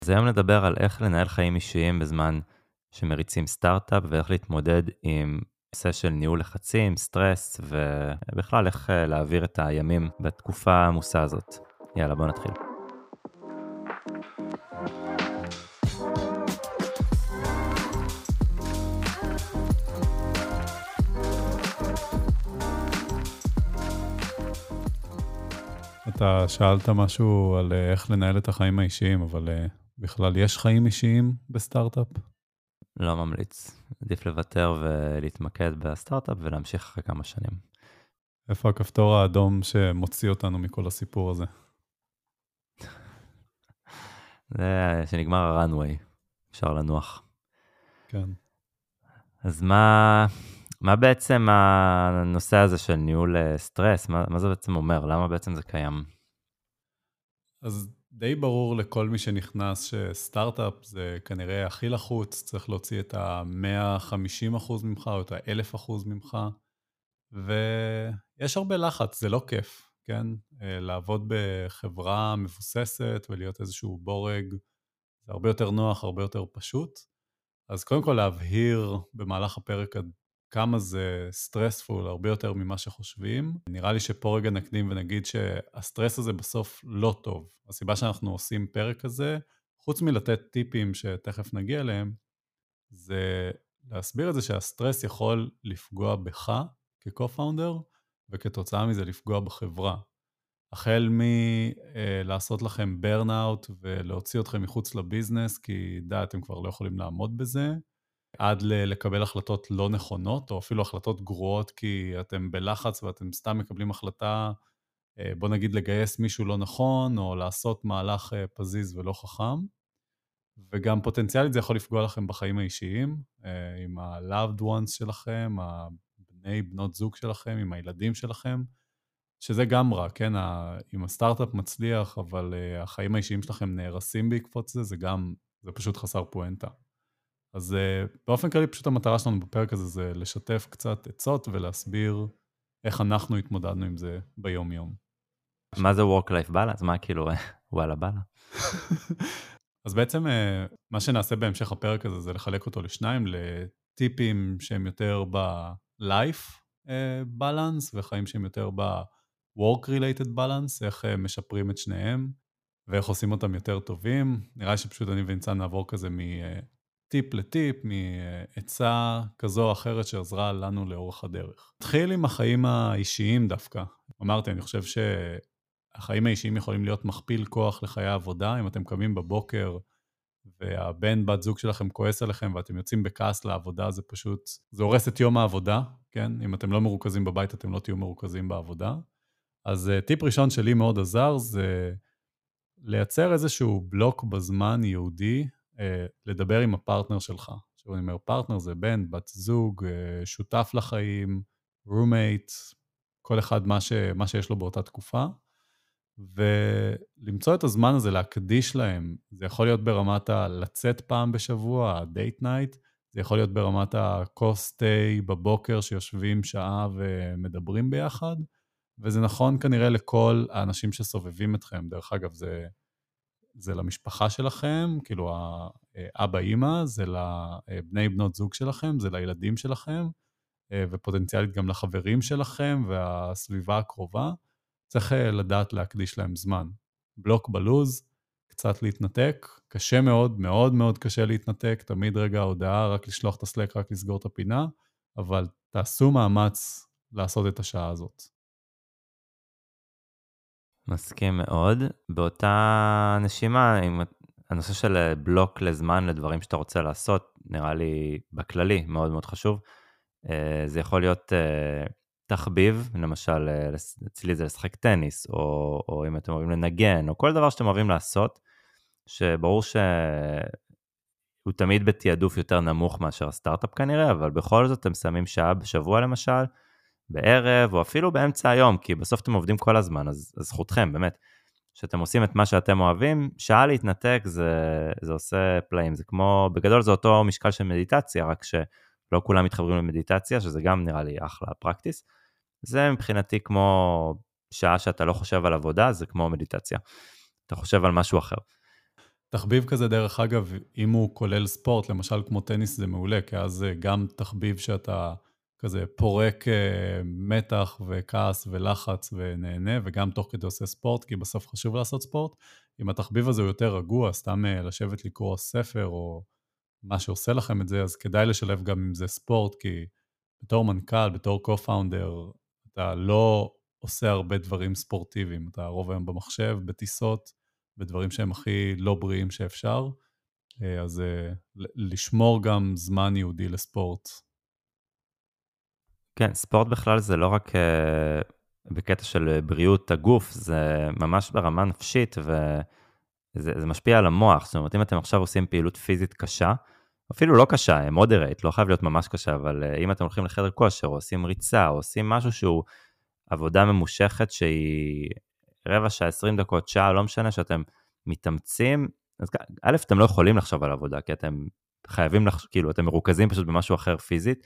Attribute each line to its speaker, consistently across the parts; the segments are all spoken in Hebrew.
Speaker 1: אז היום נדבר על איך לנהל חיים אישיים בזמן שמריצים סטארט-אפ, ואיך להתמודד עם נושא של ניהול לחצים, סטרס, ובכלל איך להעביר את הימים בתקופה העמוסה הזאת. יאללה, בוא נתחיל.
Speaker 2: אתה שאלת משהו על איך לנהל את החיים האישיים, אבל בכלל יש חיים אישיים בסטארט-אפ?
Speaker 1: לא ממליץ. עדיף לוותר ולהתמקד בסטארט-אפ ולהמשיך אחרי כמה שנים.
Speaker 2: איפה הכפתור האדום שמוציא אותנו מכל הסיפור הזה?
Speaker 1: זה שנגמר הרנווי, אפשר לנוח.
Speaker 2: כן.
Speaker 1: אז מה בעצם הנושא הזה של ניהול סטרס? מה זה בעצם אומר? למה בעצם זה קיים?
Speaker 2: אז די ברור לכל מי שנכנס שסטארט-אפ זה כנראה הכי לחוץ, צריך להוציא את ה-150% ממך או את ה-1000% ממך, ויש הרבה לחץ, זה לא כיף, כן? לעבוד בחברה מבוססת ולהיות איזשהו בורג, זה הרבה יותר נוח, הרבה יותר פשוט. אז קודם כל להבהיר במהלך הפרק עד כמה זה סטרספול, הרבה יותר ממה שחושבים. נראה לי שפה רגע נקדים ונגיד שהסטרס הזה בסוף לא טוב. הסיבה שאנחנו עושים פרק הזה, חוץ מלתת טיפים שתכף נגיע אליהם, זה להסביר את זה שהסטרס יכול לפגוע בך כ-co-founder, וכתוצאה מזה לפגוע בחברה. החל מלעשות לכם ברנאוט ולהוציא אתכם מחוץ לביזנס, כי אתם כבר לא יכולים לעמוד בזה, עד לקבל החלטות לא נכונות, או אפילו החלטות גרועות, כי אתם בלחץ ואתם סתם מקבלים החלטה, בוא נגיד לגייס מישהו לא נכון, או לעשות מהלך פזיז ולא חכם. וגם פוטנציאלית זה יכול לפגוע לכם בחיים האישיים, עם ה-loved ones שלכם, הבני, בנות זוג שלכם, עם הילדים שלכם, שזה גם רע, כן? אם הסטארט-אפ מצליח, אבל החיים האישיים שלכם נהרסים בעקבות זה, זה פשוט חסר פואנטה. אז באופן כללי, פשוט המטרה שלנו בפרק הזה זה לשתף קצת עצות ולהסביר איך אנחנו התמודדנו עם זה ביום-יום.
Speaker 1: מה זה work-life balance? מה כאילו, וואלה בלה?
Speaker 2: אז בעצם מה שנעשה בהמשך הפרק הזה זה לחלק אותו לשניים, לטיפים שהם יותר ב-life balance וחיים שהם יותר ב-work-related balance, איך משפרים את שניהם ואיך עושים אותם יותר טובים. נראה לי שפשוט אני וניצן נעבור כזה מטיפ לטיפ, מעצה כזו או אחרת שעזרה לנו לאורך הדרך. נתחיל עם החיים האישיים דווקא. אמרתי, אני חושב החיים האישיים יכולים להיות מכפיל כוח לחיי העבודה. אם אתם קמים בבוקר והבן בת זוג שלכם כועס עליכם ואתם יוצאים בכעס לעבודה, זה פשוט, זה הורס את יום העבודה, כן? אם אתם לא מרוכזים בבית, אתם לא תהיו מרוכזים בעבודה. אז טיפ ראשון שלי מאוד עזר, זה לייצר איזשהו בלוק בזמן יהודי, לדבר עם הפרטנר שלך. עכשיו אני אומר, פרטנר זה בן, בת זוג, שותף לחיים, רומייט, כל אחד מה שיש לו באותה תקופה. ולמצוא את הזמן הזה להקדיש להם, זה יכול להיות ברמת לצאת פעם בשבוע, ה-date night, זה יכול להיות ברמת ה-co-stay בבוקר שיושבים שעה ומדברים ביחד, וזה נכון כנראה לכל האנשים שסובבים אתכם. דרך אגב, זה למשפחה שלכם, כאילו האבא אמא, זה לבני בנות זוג שלכם, זה לילדים שלכם, ופוטנציאלית גם לחברים שלכם והסביבה הקרובה. צריך לדעת להקדיש להם זמן. בלוק בלוז, קצת להתנתק, קשה מאוד, מאוד מאוד קשה להתנתק, תמיד רגע ההודעה, רק לשלוח את הסלק, רק לסגור את הפינה, אבל תעשו מאמץ לעשות את השעה הזאת.
Speaker 1: מסכים מאוד. באותה נשימה, עם הנושא של בלוק לזמן לדברים שאתה רוצה לעשות, נראה לי בכללי מאוד מאוד חשוב. זה יכול להיות תחביב, למשל אצלי זה לשחק טניס, או אם אתם אוהבים לנגן, או כל דבר שאתם אוהבים לעשות, שברור שהוא תמיד בתיעדוף יותר נמוך מאשר הסטארט-אפ כנראה, אבל בכל זאת אתם שמים שעה בשבוע למשל, בערב, או אפילו באמצע היום, כי בסוף אתם עובדים כל הזמן, אז זכותכם, באמת. שאתם עושים את מה שאתם אוהבים, שעה להתנתק זה עושה פלאים, זה כמו, בגדול זה אותו משקל של מדיטציה, רק שלא כולם מתחברים למדיטציה, שזה גם נראה לי אחלה פרקטיס. זה מבחינתי כמו שעה שאתה לא חושב על עבודה, זה כמו מדיטציה. אתה חושב על משהו אחר.
Speaker 2: תחביב כזה, דרך אגב, אם הוא כולל ספורט, למשל כמו טניס, זה מעולה, כי אז זה גם תחביב שאתה כזה פורק מתח וכעס ולחץ ונהנה, וגם תוך כדי עושה ספורט, כי בסוף חשוב לעשות ספורט. אם התחביב הזה הוא יותר רגוע, סתם לשבת לקרוא ספר או מה שעושה לכם את זה, אז כדאי לשלב גם עם זה ספורט, כי בתור מנכ"ל, בתור co-founder, אתה לא עושה הרבה דברים ספורטיביים, אתה רוב היום במחשב, בטיסות, בדברים שהם הכי לא בריאים שאפשר, אז לשמור גם זמן ייעודי לספורט.
Speaker 1: כן, ספורט בכלל זה לא רק בקטע של בריאות הגוף, זה ממש ברמה נפשית, וזה משפיע על המוח. זאת אומרת, אם אתם עכשיו עושים פעילות פיזית קשה, אפילו לא קשה, moderate, לא חייב להיות ממש קשה, אבל אם אתם הולכים לחדר כושר, או עושים ריצה, או עושים משהו שהוא עבודה ממושכת, שהיא רבע שעה, 20 דקות, שעה, לא משנה, שאתם מתאמצים, אז א', אתם לא יכולים לחשוב על עבודה, כי אתם חייבים, כאילו, אתם מרוכזים פשוט במשהו אחר פיזית,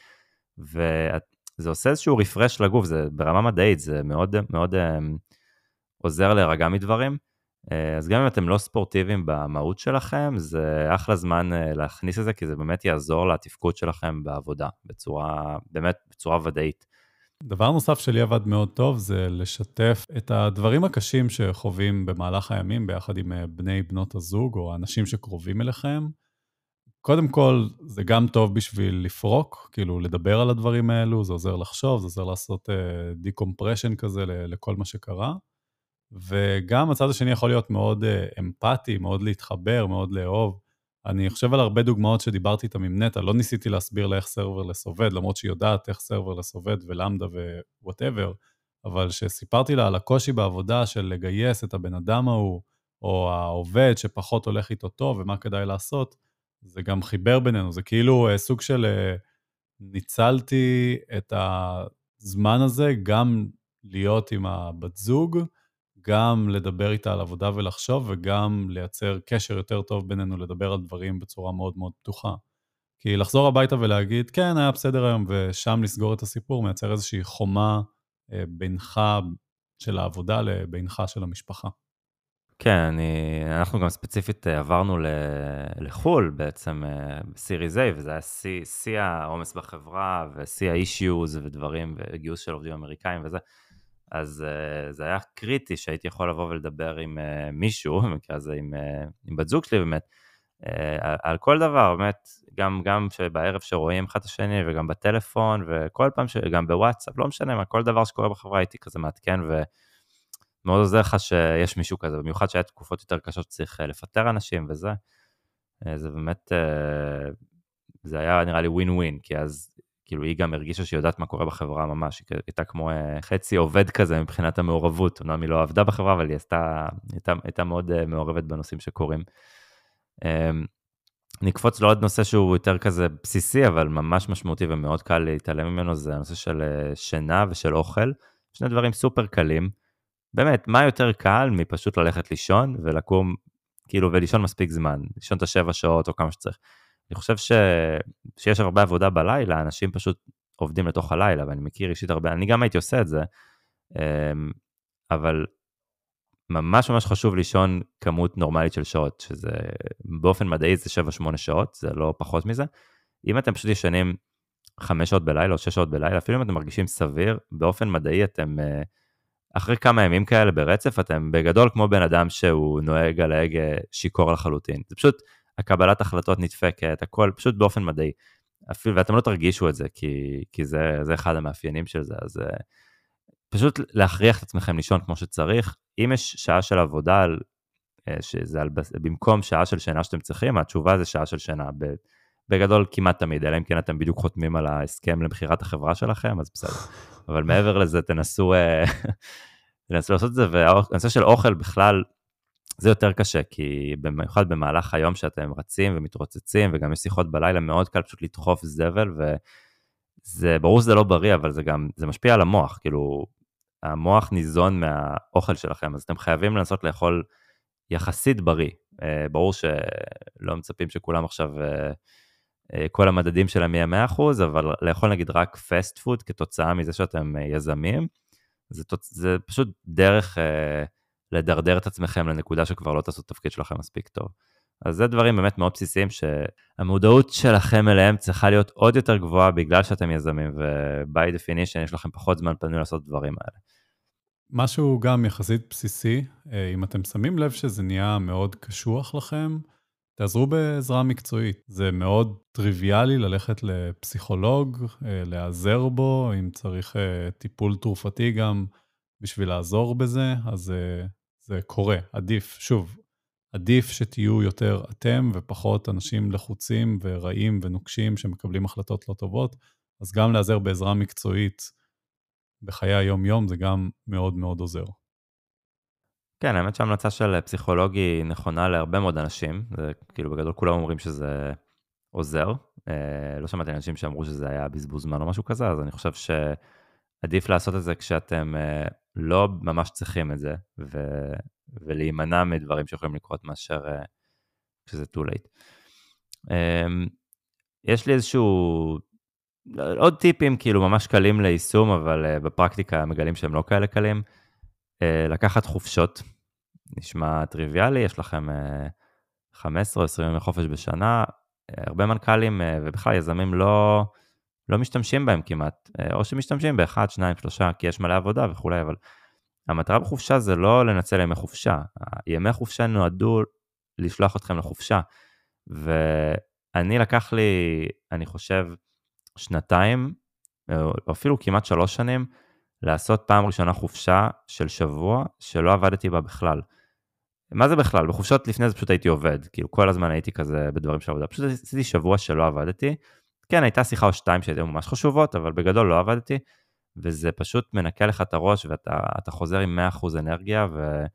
Speaker 1: וזה עושה איזשהו רפרש לגוף, זה ברמה מדעית, זה מאוד, מאוד עוזר להירגע מדברים, אז גם אם אתם לא ספורטיביים במהות שלכם, זה אחלה זמן להכניס את זה, כי זה באמת יעזור לתפקוד שלכם בעבודה, באמת בצורה ודאית.
Speaker 2: דבר נוסף שלי עבד מאוד טוב, זה לשתף את הדברים הקשים שחווים במהלך הימים, ביחד עם בני בנות הזוג, או האנשים שקרובים אליכם. קודם כל, זה גם טוב בשביל לפרוק, כאילו לדבר על הדברים האלו, זה עוזר לחשוב, זה עוזר לעשות decompression כזה לכל מה שקרה. וגם הצד השני יכול להיות מאוד אמפתי, מאוד להתחבר, מאוד לאהוב. אני חושב על הרבה דוגמאות שדיברתי איתם עם נטע, לא ניסיתי להסביר לה איך סרברלס עובד, למרות שהיא יודעת איך סרברלס עובד ולמדה ווואטאבר, אבל שסיפרתי לה על הקושי בעבודה של לגייס את הבן אדם ההוא, או העובד שפחות הולך איתו טוב, ומה כדאי לעשות, זה גם חיבר בינינו, זה כאילו סוג של ניצלתי את הזמן הזה, גם להיות עם הבת זוג, גם לדבר איתה על עבודה ולחשוב, וגם לייצר קשר יותר טוב בינינו, לדבר על דברים בצורה מאוד מאוד פתוחה. כי לחזור הביתה ולהגיד, כן, היה בסדר היום, ושם לסגור את הסיפור, מייצר איזושהי חומה בינך של העבודה לבינך של המשפחה.
Speaker 1: כן, אנחנו גם ספציפית עברנו לחול בעצם בסיריז A, וזה היה שיא העומס בחברה, ושיא ה-issues ודברים, וגיוס של עובדים אמריקאים וזה. אז זה היה קריטי שהייתי יכול לבוא ולדבר עם מישהו, במקרה הזה עם בת זוג שלי באמת, על כל דבר, באמת, גם שבערב שרואים אחד את השני, וגם בטלפון, וכל פעם גם בוואטסאפ, לא משנה מה, כל דבר שקורה בחברה הייתי כזה מעדכן, ומאוד עוזר לך שיש מישהו כזה, במיוחד שהיה תקופות יותר קשות שצריך לפטר אנשים וזה, זה באמת, זה היה נראה לי ווין ווין, כי אז כאילו היא גם הרגישה שהיא יודעת מה קורה בחברה ממש, היא הייתה כמו חצי עובד כזה מבחינת המעורבות, אומנם היא לא עבדה בחברה, אבל היא הייתה מאוד מעורבת בנושאים שקורים. נקפוץ לעוד נושא שהוא יותר כזה בסיסי, אבל ממש משמעותי ומאוד קל להתעלם ממנו, זה הנושא של שינה ושל אוכל, שני דברים סופר קלים, באמת, מה יותר קל מפשוט ללכת לישון ולקום, כאילו, ולישון מספיק זמן, לישון את 7 שעות או כמה שצריך. אני חושב שיש הרבה עבודה בלילה, אנשים פשוט עובדים לתוך הלילה, ואני מכיר אישית הרבה, אני גם הייתי עושה את זה, אבל ממש ממש חשוב לישון כמות נורמלית של שעות, שזה באופן מדעי זה 7-8 שעות, זה לא פחות מזה. אם אתם פשוט ישנים 5 שעות בלילה או 6 שעות בלילה, אפילו אם אתם מרגישים סביר, באופן מדעי אתם, אחרי כמה ימים כאלה ברצף, אתם בגדול כמו בן אדם שהוא נוהג על ההגה שיקור לחלוטין. זה פשוט, הקבלת החלטות נדפקת, הכל פשוט באופן מדעי. אפילו, ואתם לא תרגישו את זה, כי זה אחד המאפיינים של זה, אז פשוט להכריח את עצמכם לישון כמו שצריך. אם יש שעה של עבודה, שזה במקום שעה של שינה שאתם צריכים, התשובה זה שעה של שינה, בגדול כמעט תמיד, אלא אם כן אתם בדיוק חותמים על ההסכם למכירת החברה שלכם, אז בסדר. אבל מעבר לזה, תנסו לעשות את זה, והנושא של אוכל בכלל, זה יותר קשה, כי במיוחד במהלך היום שאתם רצים ומתרוצצים, וגם יש שיחות בלילה, מאוד קל פשוט לדחוף זבל, וזה ברור שזה לא בריא, אבל זה משפיע על המוח, כאילו, המוח ניזון מהאוכל שלכם, אז אתם חייבים לנסות לאכול יחסית בריא. ברור שלא מצפים שכולם עכשיו, כל המדדים שלהם יהיה 100%, אבל לאכול נגיד רק פסט פוד, כתוצאה מזה שאתם יזמים, זה פשוט דרך לדרדר את עצמכם לנקודה שכבר לא תעשו תפקיד שלכם מספיק טוב. אז זה דברים באמת מאוד בסיסיים, שהמודעות שלכם אליהם צריכה להיות עוד יותר גבוהה, בגלל שאתם יזמים, ו-by definition יש לכם פחות זמן פנוי לעשות דברים האלה.
Speaker 2: משהו גם יחסית בסיסי, אם אתם שמים לב שזה נהיה מאוד קשוח לכם, תעזרו בעזרה מקצועית. זה מאוד טריוויאלי ללכת לפסיכולוג, להיעזר בו, אם צריך טיפול תרופתי גם בשביל לעזור בזה, אז זה קורה. עדיף, שוב, עדיף שתהיו יותר אתם ופחות אנשים לחוצים ורעים ונוקשים שמקבלים החלטות לא טובות, אז גם להיעזר בעזרה מקצועית בחיי היום-יום זה גם מאוד מאוד עוזר.
Speaker 1: כן, האמת שההמלצה של פסיכולוג היא נכונה להרבה מאוד אנשים, זה כאילו בגדול כולם אומרים שזה עוזר, לא שמעתי אנשים שאמרו שזה היה בזבוז זמן או משהו כזה, אז אני חושב שעדיף לעשות את זה כשאתם לא ממש צריכים את זה, ולהימנע מדברים שיכולים לקרות מאשר כשזה too late. יש לי איזשהו, עוד טיפים כאילו ממש קלים ליישום, אבל בפרקטיקה מגלים שהם לא כאלה קלים, לקחת חופשות, נשמע טריוויאלי, יש לכם 15 או 20 ימי חופש בשנה, הרבה מנכ"לים ובכלל יזמים לא משתמשים בהם כמעט, או שמשתמשים באחד, שניים, שלושה, כי יש מלא עבודה וכולי, אבל המטרה בחופשה זה לא לנצל ימי חופשה, ימי חופשה נועדו לשלוח אתכם לחופשה, ואני לקח לי, אני חושב, 2 או אפילו כמעט 3 שנים, לעשות פעם ראשונה חופשה של שבוע שלא עבדתי בה בכלל. מה זה בכלל? בחופשות לפני זה פשוט הייתי עובד, כאילו כל הזמן הייתי כזה בדברים של עבודה, פשוט עשיתי שבוע שלא עבדתי, כן הייתה שיחה או 2 שהייתו ממש חשובות, אבל בגדול לא עבדתי, וזה פשוט מנקה לך את הראש, ואתה חוזר עם 100% אנרגיה,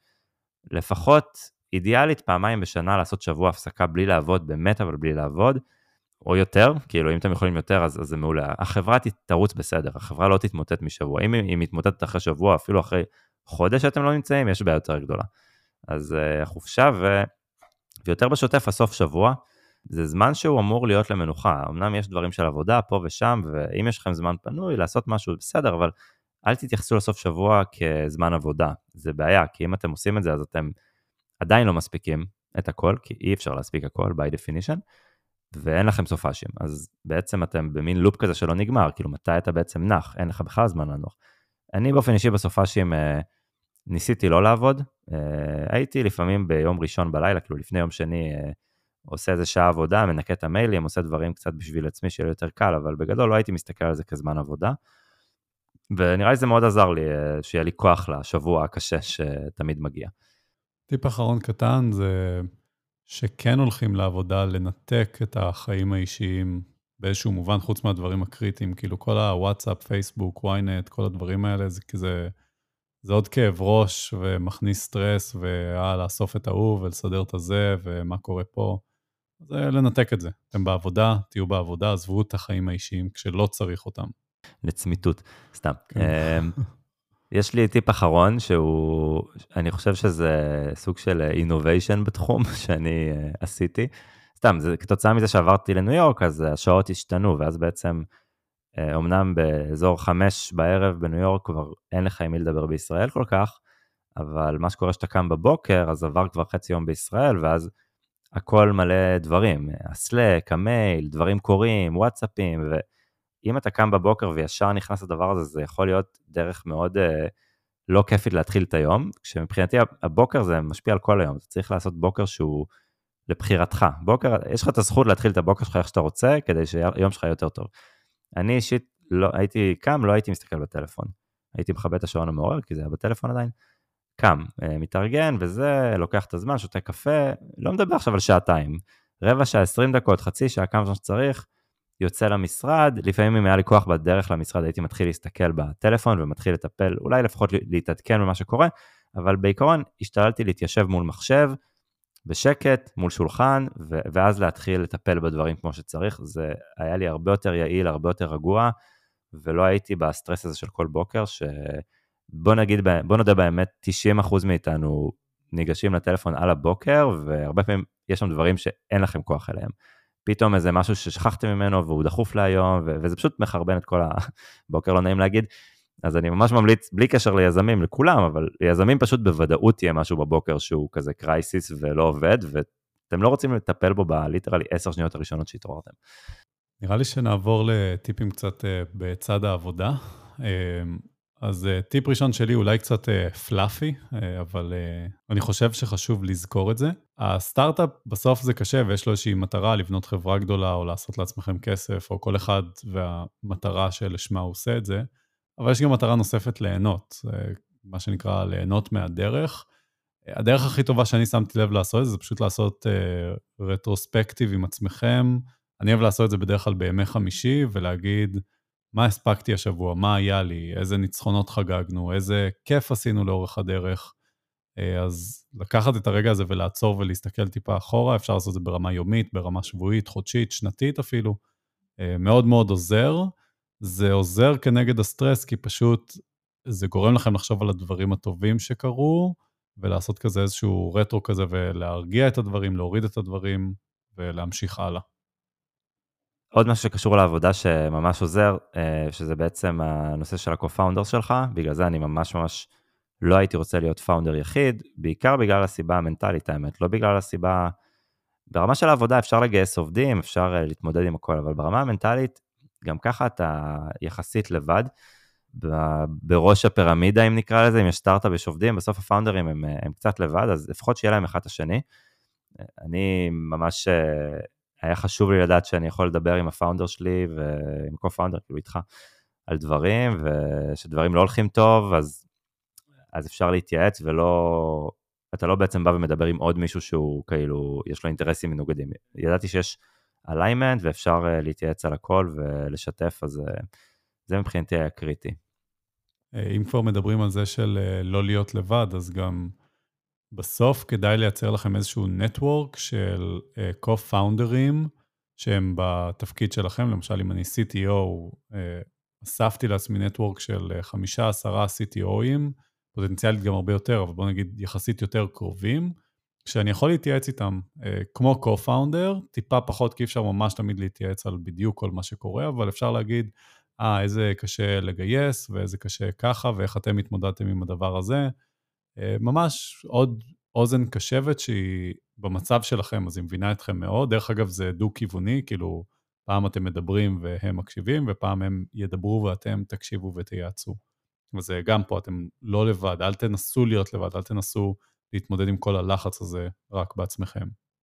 Speaker 1: ולפחות אידיאלית פעמיים בשנה לעשות שבוע הפסקה בלי לעבוד, באמת אבל בלי לעבוד, או יותר, כאילו אם אתם יכולים יותר אז זה מעולה, החברה תרוץ בסדר, החברה לא תתמוטט משבוע, אם היא מתמוטטת אחרי שבוע, אפילו אחרי חודש שאתם לא נמצאים, יש בעיה יותר גדולה. אז החופשה ויותר בשוטף הסוף שבוע, זה זמן שהוא אמור להיות למנוחה, אמנם יש דברים של עבודה פה ושם, ואם יש לכם זמן פנוי לעשות משהו בסדר, אבל אל תתייחסו לסוף שבוע כזמן עבודה, זה בעיה, כי אם אתם עושים את זה אז אתם עדיין לא מספיקים את הכל, כי אי אפשר להספיק הכל by definition, ואין לכם סופשים, אז בעצם אתם במין לופ כזה שלא נגמר, כאילו מתי אתה בעצם נח, אין לך בכלל זמן לנוח. אני באופן אישי בסופשים ניסיתי לא לעבוד, הייתי לפעמים ביום ראשון בלילה, כאילו לפני יום שני, עושה איזה שעה עבודה, מנקה את המיילים, עושה דברים קצת בשביל עצמי שיהיה יותר קל, אבל בגדול לא הייתי מסתכל על זה כזמן עבודה, ונראה לי זה מאוד עזר לי, שיהיה לי כוח לשבוע הקשה שתמיד מגיע.
Speaker 2: טיפ אחרון קטן זה שכן הולכים לעבודה לנתק את החיים האישיים באיזשהו מובן, חוץ מהדברים הקריטיים, כאילו כל הוואטסאפ, פייסבוק, וויינט, כל הדברים האלה, זה כזה, זה עוד כאב ראש ומכניס סטרס, לאסוף את ההוא ולסדר את הזה, ומה קורה פה. זה לנתק את זה. אתם בעבודה, תהיו בעבודה, עזבו את החיים האישיים כשלא צריך אותם.
Speaker 1: לצמיתות, סתם.
Speaker 2: כן.
Speaker 1: יש לי טיפ אחרון, אני חושב שזה סוג של innovation בתחום שאני עשיתי. סתם, זה כתוצאה מזה שעברתי לניו יורק, אז השעות השתנו, ואז בעצם, אמנם באזור 5 בערב בניו יורק, כבר אין לך עם מי לדבר בישראל כל כך, אבל מה שקורה שאתה קם בבוקר, אז עבר כבר חצי יום בישראל, ואז הכל מלא דברים, הסלק, המייל, דברים קורים, וואטסאפים, ואם אתה קם בבוקר וישר נכנס לדבר הזה, זה יכול להיות דרך מאוד לא כיפית להתחיל את היום, כשמבחינתי הבוקר זה משפיע על כל היום, אתה צריך לעשות בוקר שהוא לבחירתך, בוקר, יש לך את הזכות להתחיל את הבוקר שלך איך שאתה רוצה, כדי שהיום שלך יהיה יותר טוב. אני אישית הייתי קם, לא הייתי מסתכל בטלפון, הייתי מכבה את השעון המעורר, כי זה היה בטלפון עדיין, קם, מתארגן וזה, לוקח את הזמן, שותה קפה, לא מדבר עכשיו על שעתיים, רבע שעה, 20 דקות, חצי שעה, כמה זמן שצריך, יוצא למשרד, לפעמים אם היה לי כוח בדרך למשרד, הייתי מתחיל להסתכל בטלפון ומתחיל לטפל, אולי לפחות להתעדכן במה שקורה, אבל בעיקרון השתללתי להתיישב מול מחשב, בשקט, מול שולחן, ואז להתחיל לטפל בדברים כמו שצריך, זה היה לי הרבה יותר יעיל, הרבה יותר רגוע, ולא הייתי בסטרס הזה של כל בוקר, בוא נודה באמת, 90% מאיתנו ניגשים לטלפון על הבוקר, והרבה פעמים יש שם דברים שאין לכם כוח אליהם. פתאום איזה משהו ששכחתם ממנו, והוא דחוף להיום, וזה פשוט מחרבן את כל הבוקר, לא נעים להגיד. אז אני ממש ממליץ, בלי קשר ליזמים, לכולם, אבל ליזמים פשוט בוודאות תהיה משהו בבוקר שהוא כזה קרייסיס ולא עובד, אתם לא רוצים לטפל בו בליטרלי 10 שניות הראשונות שהתעוררתם.
Speaker 2: נראה לי שנעבור לטיפים קצת בצד העבודה. אז טיפ ראשון שלי אולי קצת פלאפי, אבל אני חושב שחשוב לזכור את זה. הסטארט-אפ בסוף זה קשה ויש לו איזושהי מטרה לבנות חברה גדולה או לעשות לעצמכם כסף, או כל אחד והמטרה שלשמה הוא עושה את זה, אבל יש גם מטרה נוספת ליהנות, מה שנקרא ליהנות מהדרך. הדרך הכי טובה שאני שמתי לב לעשות את זה, זה פשוט לעשות רטרוספקטיב עם עצמכם. אני אוהב לעשות את זה בדרך כלל בימי חמישי, ולהגיד מה הספקתי השבוע, מה היה לי, איזה ניצחונות חגגנו, איזה כיף עשינו לאורך הדרך. אז לקחת את הרגע הזה ולעצור ולהסתכל טיפה אחורה, אפשר לעשות את זה ברמה יומית, ברמה שבועית, חודשית, שנתית אפילו. מאוד מאוד עוזר. זה עוזר כנגד הסטרס, כי פשוט זה גורם לכם לחשוב על הדברים הטובים שקרו, ולעשות כזה איזשהו רטרו כזה, ולהרגיע את הדברים, להוריד את הדברים, ולהמשיך הלאה.
Speaker 1: עוד משהו שקשור לעבודה שממש עוזר, שזה בעצם הנושא של ה-co-founders שלך, בגלל זה אני ממש לא הייתי רוצה להיות פאונדר יחיד, בעיקר בגלל הסיבה המנטלית, האמת, לא בגלל הסיבה, ברמה של העבודה אפשר לגייס עובדים, אפשר להתמודד עם הכל, אבל ברמה המנטלית, גם ככה אתה יחסית לבד, בראש הפירמידה, אם נקרא לזה, אם יש סטארט-אפ, יש עובדים, בסוף הפאונדרים הם קצת לבד, אז לפחות שיהיה להם אחד את השני. אני ממש, היה חשוב לי לדעת שאני יכול לדבר עם הפאונדר שלי, ועם co-founder, כאילו איתך, על דברים, ושדברים לא הולכים טוב, אז אפשר להתייעץ, אתה לא בעצם בא ומדבר עם עוד מישהו שהוא כאילו, יש לו אינטרסים מנוגדים. ידעתי שיש alignment, ואפשר להתייעץ על הכל ולשתף, אז זה מבחינתי היה קריטי.
Speaker 2: אם כבר מדברים על זה של לא להיות לבד, אז גם בסוף כדאי לייצר לכם איזשהו נטוורק של co-founders, שהם בתפקיד שלכם, למשל אם אני CTO, אספתי לעצמי נטוורק של 5-10 CTOים, פוטנציאלית גם הרבה יותר, אבל בוא נגיד יחסית יותר קרובים, כשאני יכול להתייעץ איתם כמו co-founder, טיפה פחות, כי אפשר ממש תמיד להתייעץ על בדיוק כל מה שקורה, אבל אפשר להגיד, איזה קשה לגייס, ואיזה קשה ככה, ואיך אתם התמודדתם עם הדבר הזה. ממש עוד אוזן קשבת שהיא במצב שלכם, אז היא מבינה אתכם מאוד. דרך אגב, זה דו-כיווני, כאילו, פעם אתם מדברים והם מקשיבים, ופעם הם ידברו ואתם תקשיבו ותייעצו. אז גם פה אתם לא לבד, אל תנסו להיות לבד, אל תנסו להתמודד עם כל הלחץ הזה רק בעצמכם.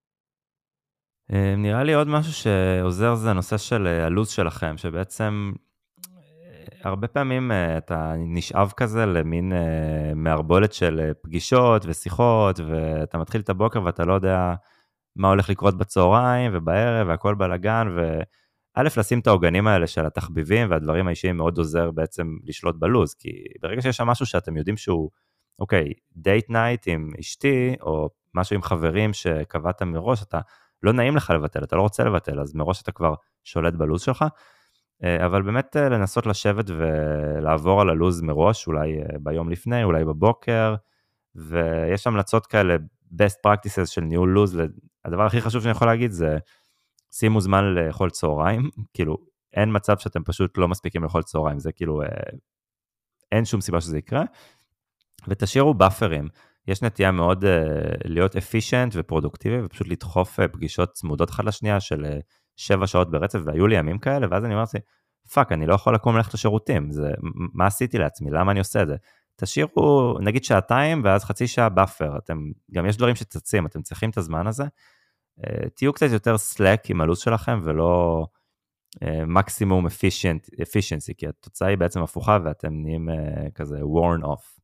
Speaker 1: נראה לי עוד משהו שעוזר זה הנושא של הלוז שלכם, שבעצם הרבה פעמים אתה נשאב כזה למין מערבולת של פגישות ושיחות, ואתה מתחיל את הבוקר ואתה לא יודע מה הולך לקרות בצהריים ובערב, והכל בלגן, וא' לשים את העוגנים האלה של התחביבים והדברים האישיים מאוד עוזר בעצם לשלוט בלוז, כי ברגע שיש שם משהו שאתם יודעים שהוא, אוקיי, דייט נייט עם אשתי, או משהו עם חברים שקבעת מראש, אתה לא נעים לך לבטל, אתה לא רוצה לבטל, אז מראש אתה כבר שולט בלוז שלך, אבל באמת לנסות לשבת ולעבור על הלוז מראש, אולי ביום לפני, אולי בבוקר, ויש המלצות כאלה, best practices של ניהול לוז, הדבר הכי חשוב שאני יכול להגיד זה, שימו זמן לאכול צהריים, כאילו אין מצב שאתם פשוט לא מספיקים לאכול צהריים, זה כאילו, אין שום סיבה שזה יקרה, ותשאירו באפרים, יש נטייה מאוד להיות efficient ופרודוקטיבי, ופשוט לדחוף פגישות צמודות אחת לשנייה של 7 שעות ברצף, והיו לי ימים כאלה, ואז אני אמרתי, פאק, אני לא יכול לקום ללכת לשירותים, מה עשיתי לעצמי, למה אני עושה את זה? תשאירו, נגיד שעתיים, ואז חצי שעה באפר, גם יש דברים שצצים, אתם צריכים את הזמן הזה, תהיו קצת יותר סלק עם הלו"ז שלכם, ולא מקסימום efficiency, כי התוצאה היא בעצם הפוכה, ואתם נהיים כזה worn off.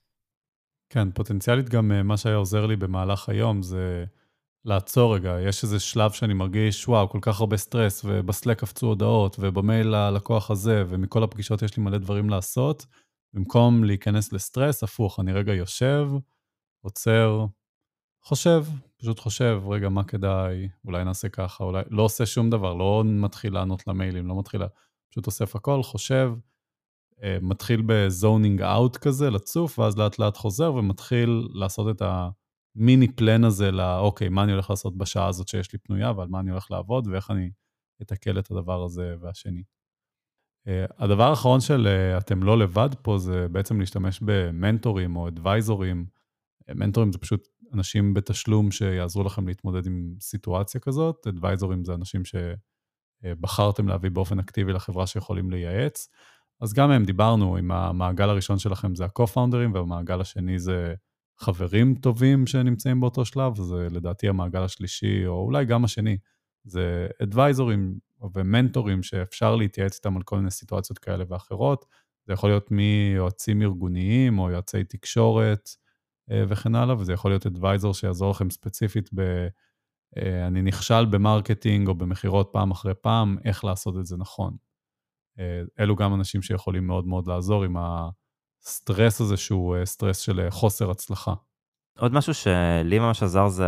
Speaker 2: כן, פוטנציאלית גם מה שהיה עוזר לי במהלך היום, זה לעצור רגע. יש איזה שלב שאני מרגיש, וואו, כל כך הרבה סטרס, ובסלק קפצו הודעות, ובמייל הלקוח הזה, ומכל הפגישות יש לי מלא דברים לעשות, במקום להיכנס לסטרס, הפוך, אני רגע יושב, עוצר, פשוט חושב, רגע, מה כדאי, אולי נעשה ככה, אולי לא עושה שום דבר, לא מתחיל לענות למיילים, לא מתחיל, פשוט אוסף הכל, חושב, מתחיל בזונינג אאוט כזה, לצוף, ואז לאט לאט חוזר, ומתחיל לעשות את המיני פלן הזה, אוקיי, מה אני הולך לעשות בשעה הזאת שיש לי פנויה, ועל מה אני הולך לעבוד, ואיך אני אתקל את הדבר הזה והשני. הדבר האחרון של אתם לא לבד פה, זה בעצם להשתמש במנטורים או אדוויזורים. מנטורים זה פשוט אנשים בתשלום שיעזרו לכם להתמודד עם סיטואציה כזאת. אדוויזורים זה אנשים שבחרתם להביא באופן אקטיבי לחברה שיכולים לייעץ. אז גם הם דיברנו, עם המעגל הראשון שלכם זה ה-co-founders, והמעגל השני זה חברים טובים שנמצאים באותו שלב, זה לדעתי המעגל השלישי, או אולי גם השני, זה אדוויזורים ומנטורים שאפשר להתייעץ איתם על כל מיני סיטואציות כאלה ואחרות. זה יכול להיות מיועצים ארגוניים או יועצי תקשורת וכן הלאה, וזה יכול להיות אדוויזור שיעזור לכם ספציפית אני נכשל במרקטינג או במחירות פעם אחרי פעם, איך לעשות את זה נכון. אלו גם אנשים שיכולים מאוד מאוד לעזור עם הסטרס הזה, שהוא סטרס של חוסר הצלחה.
Speaker 1: עוד משהו שלי ממש עזר זה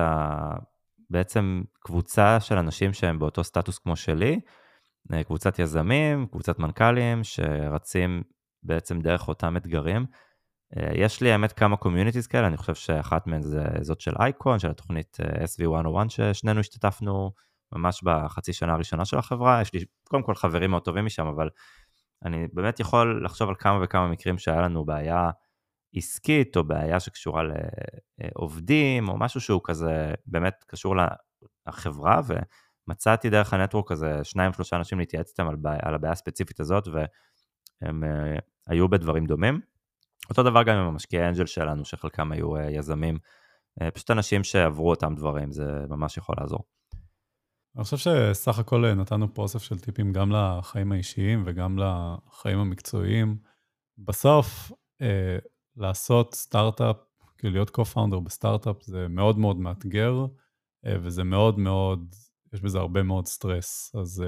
Speaker 1: בעצם קבוצה של אנשים שהם באותו סטטוס כמו שלי, קבוצת יזמים, קבוצת מנכ"לים, שרצים בעצם דרך אותם אתגרים. יש לי האמת כמה קומיוניטיז כאלה, אני חושב שאחת מהן זה זאת של אייקון, של התוכנית SV101, ששנינו השתתפנו ממש בחצי שנה הראשונה של החברה. יש לי קודם כל חברים מאוד טובים משם, אבל אני באמת יכול לחשוב על כמה וכמה מקרים שהיה לנו בעיה עסקית, או בעיה שקשורה לעובדים, או משהו שהוא כזה באמת קשור לחברה, ומצאתי דרך הנטוורק הזה 2-3 אנשים להתייעץ איתם על הבעיה הספציפית הזאת, והם היו בדברים דומים. אותו דבר גם עם המשקיעי אנג'ל שלנו, שחלקם היו יזמים, פשוט אנשים שעברו אותם דברים, זה ממש יכול לעזור.
Speaker 2: אני חושב שסך הכל נתנו פה אוסף של טיפים גם לחיים האישיים וגם לחיים המקצועיים. בסוף, לעשות סטארט-אפ, כאילו להיות co-founder בסטארט-אפ, זה מאוד מאוד מאתגר, וזה מאוד מאוד, יש בזה הרבה מאוד סטרס, אז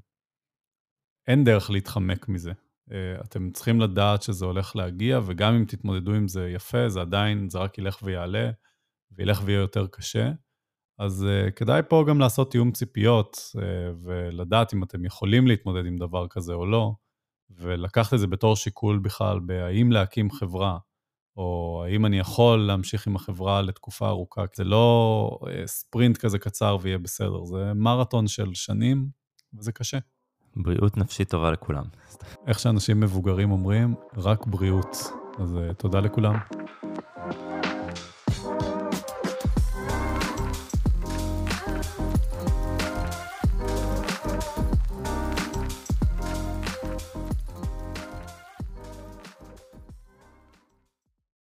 Speaker 2: אין דרך להתחמק מזה. אתם צריכים לדעת שזה הולך להגיע, וגם אם תתמודדו עם זה יפה, זה עדיין, זה רק ילך ויעלה, וילך ויהיה יותר קשה. אז כדאי פה גם לעשות תיאום ציפיות, ולדעת אם אתם יכולים להתמודד עם דבר כזה או לא, ולקחת את זה בתור שיקול בכלל, בהאם להקים חברה, או האם אני יכול להמשיך עם החברה לתקופה ארוכה, זה לא ספרינט כזה קצר ויהיה בסדר, זה מרתון של שנים, וזה קשה.
Speaker 1: בריאות נפשית טובה לכולם.
Speaker 2: איך שאנשים מבוגרים אומרים, רק בריאות. אז תודה לכולם.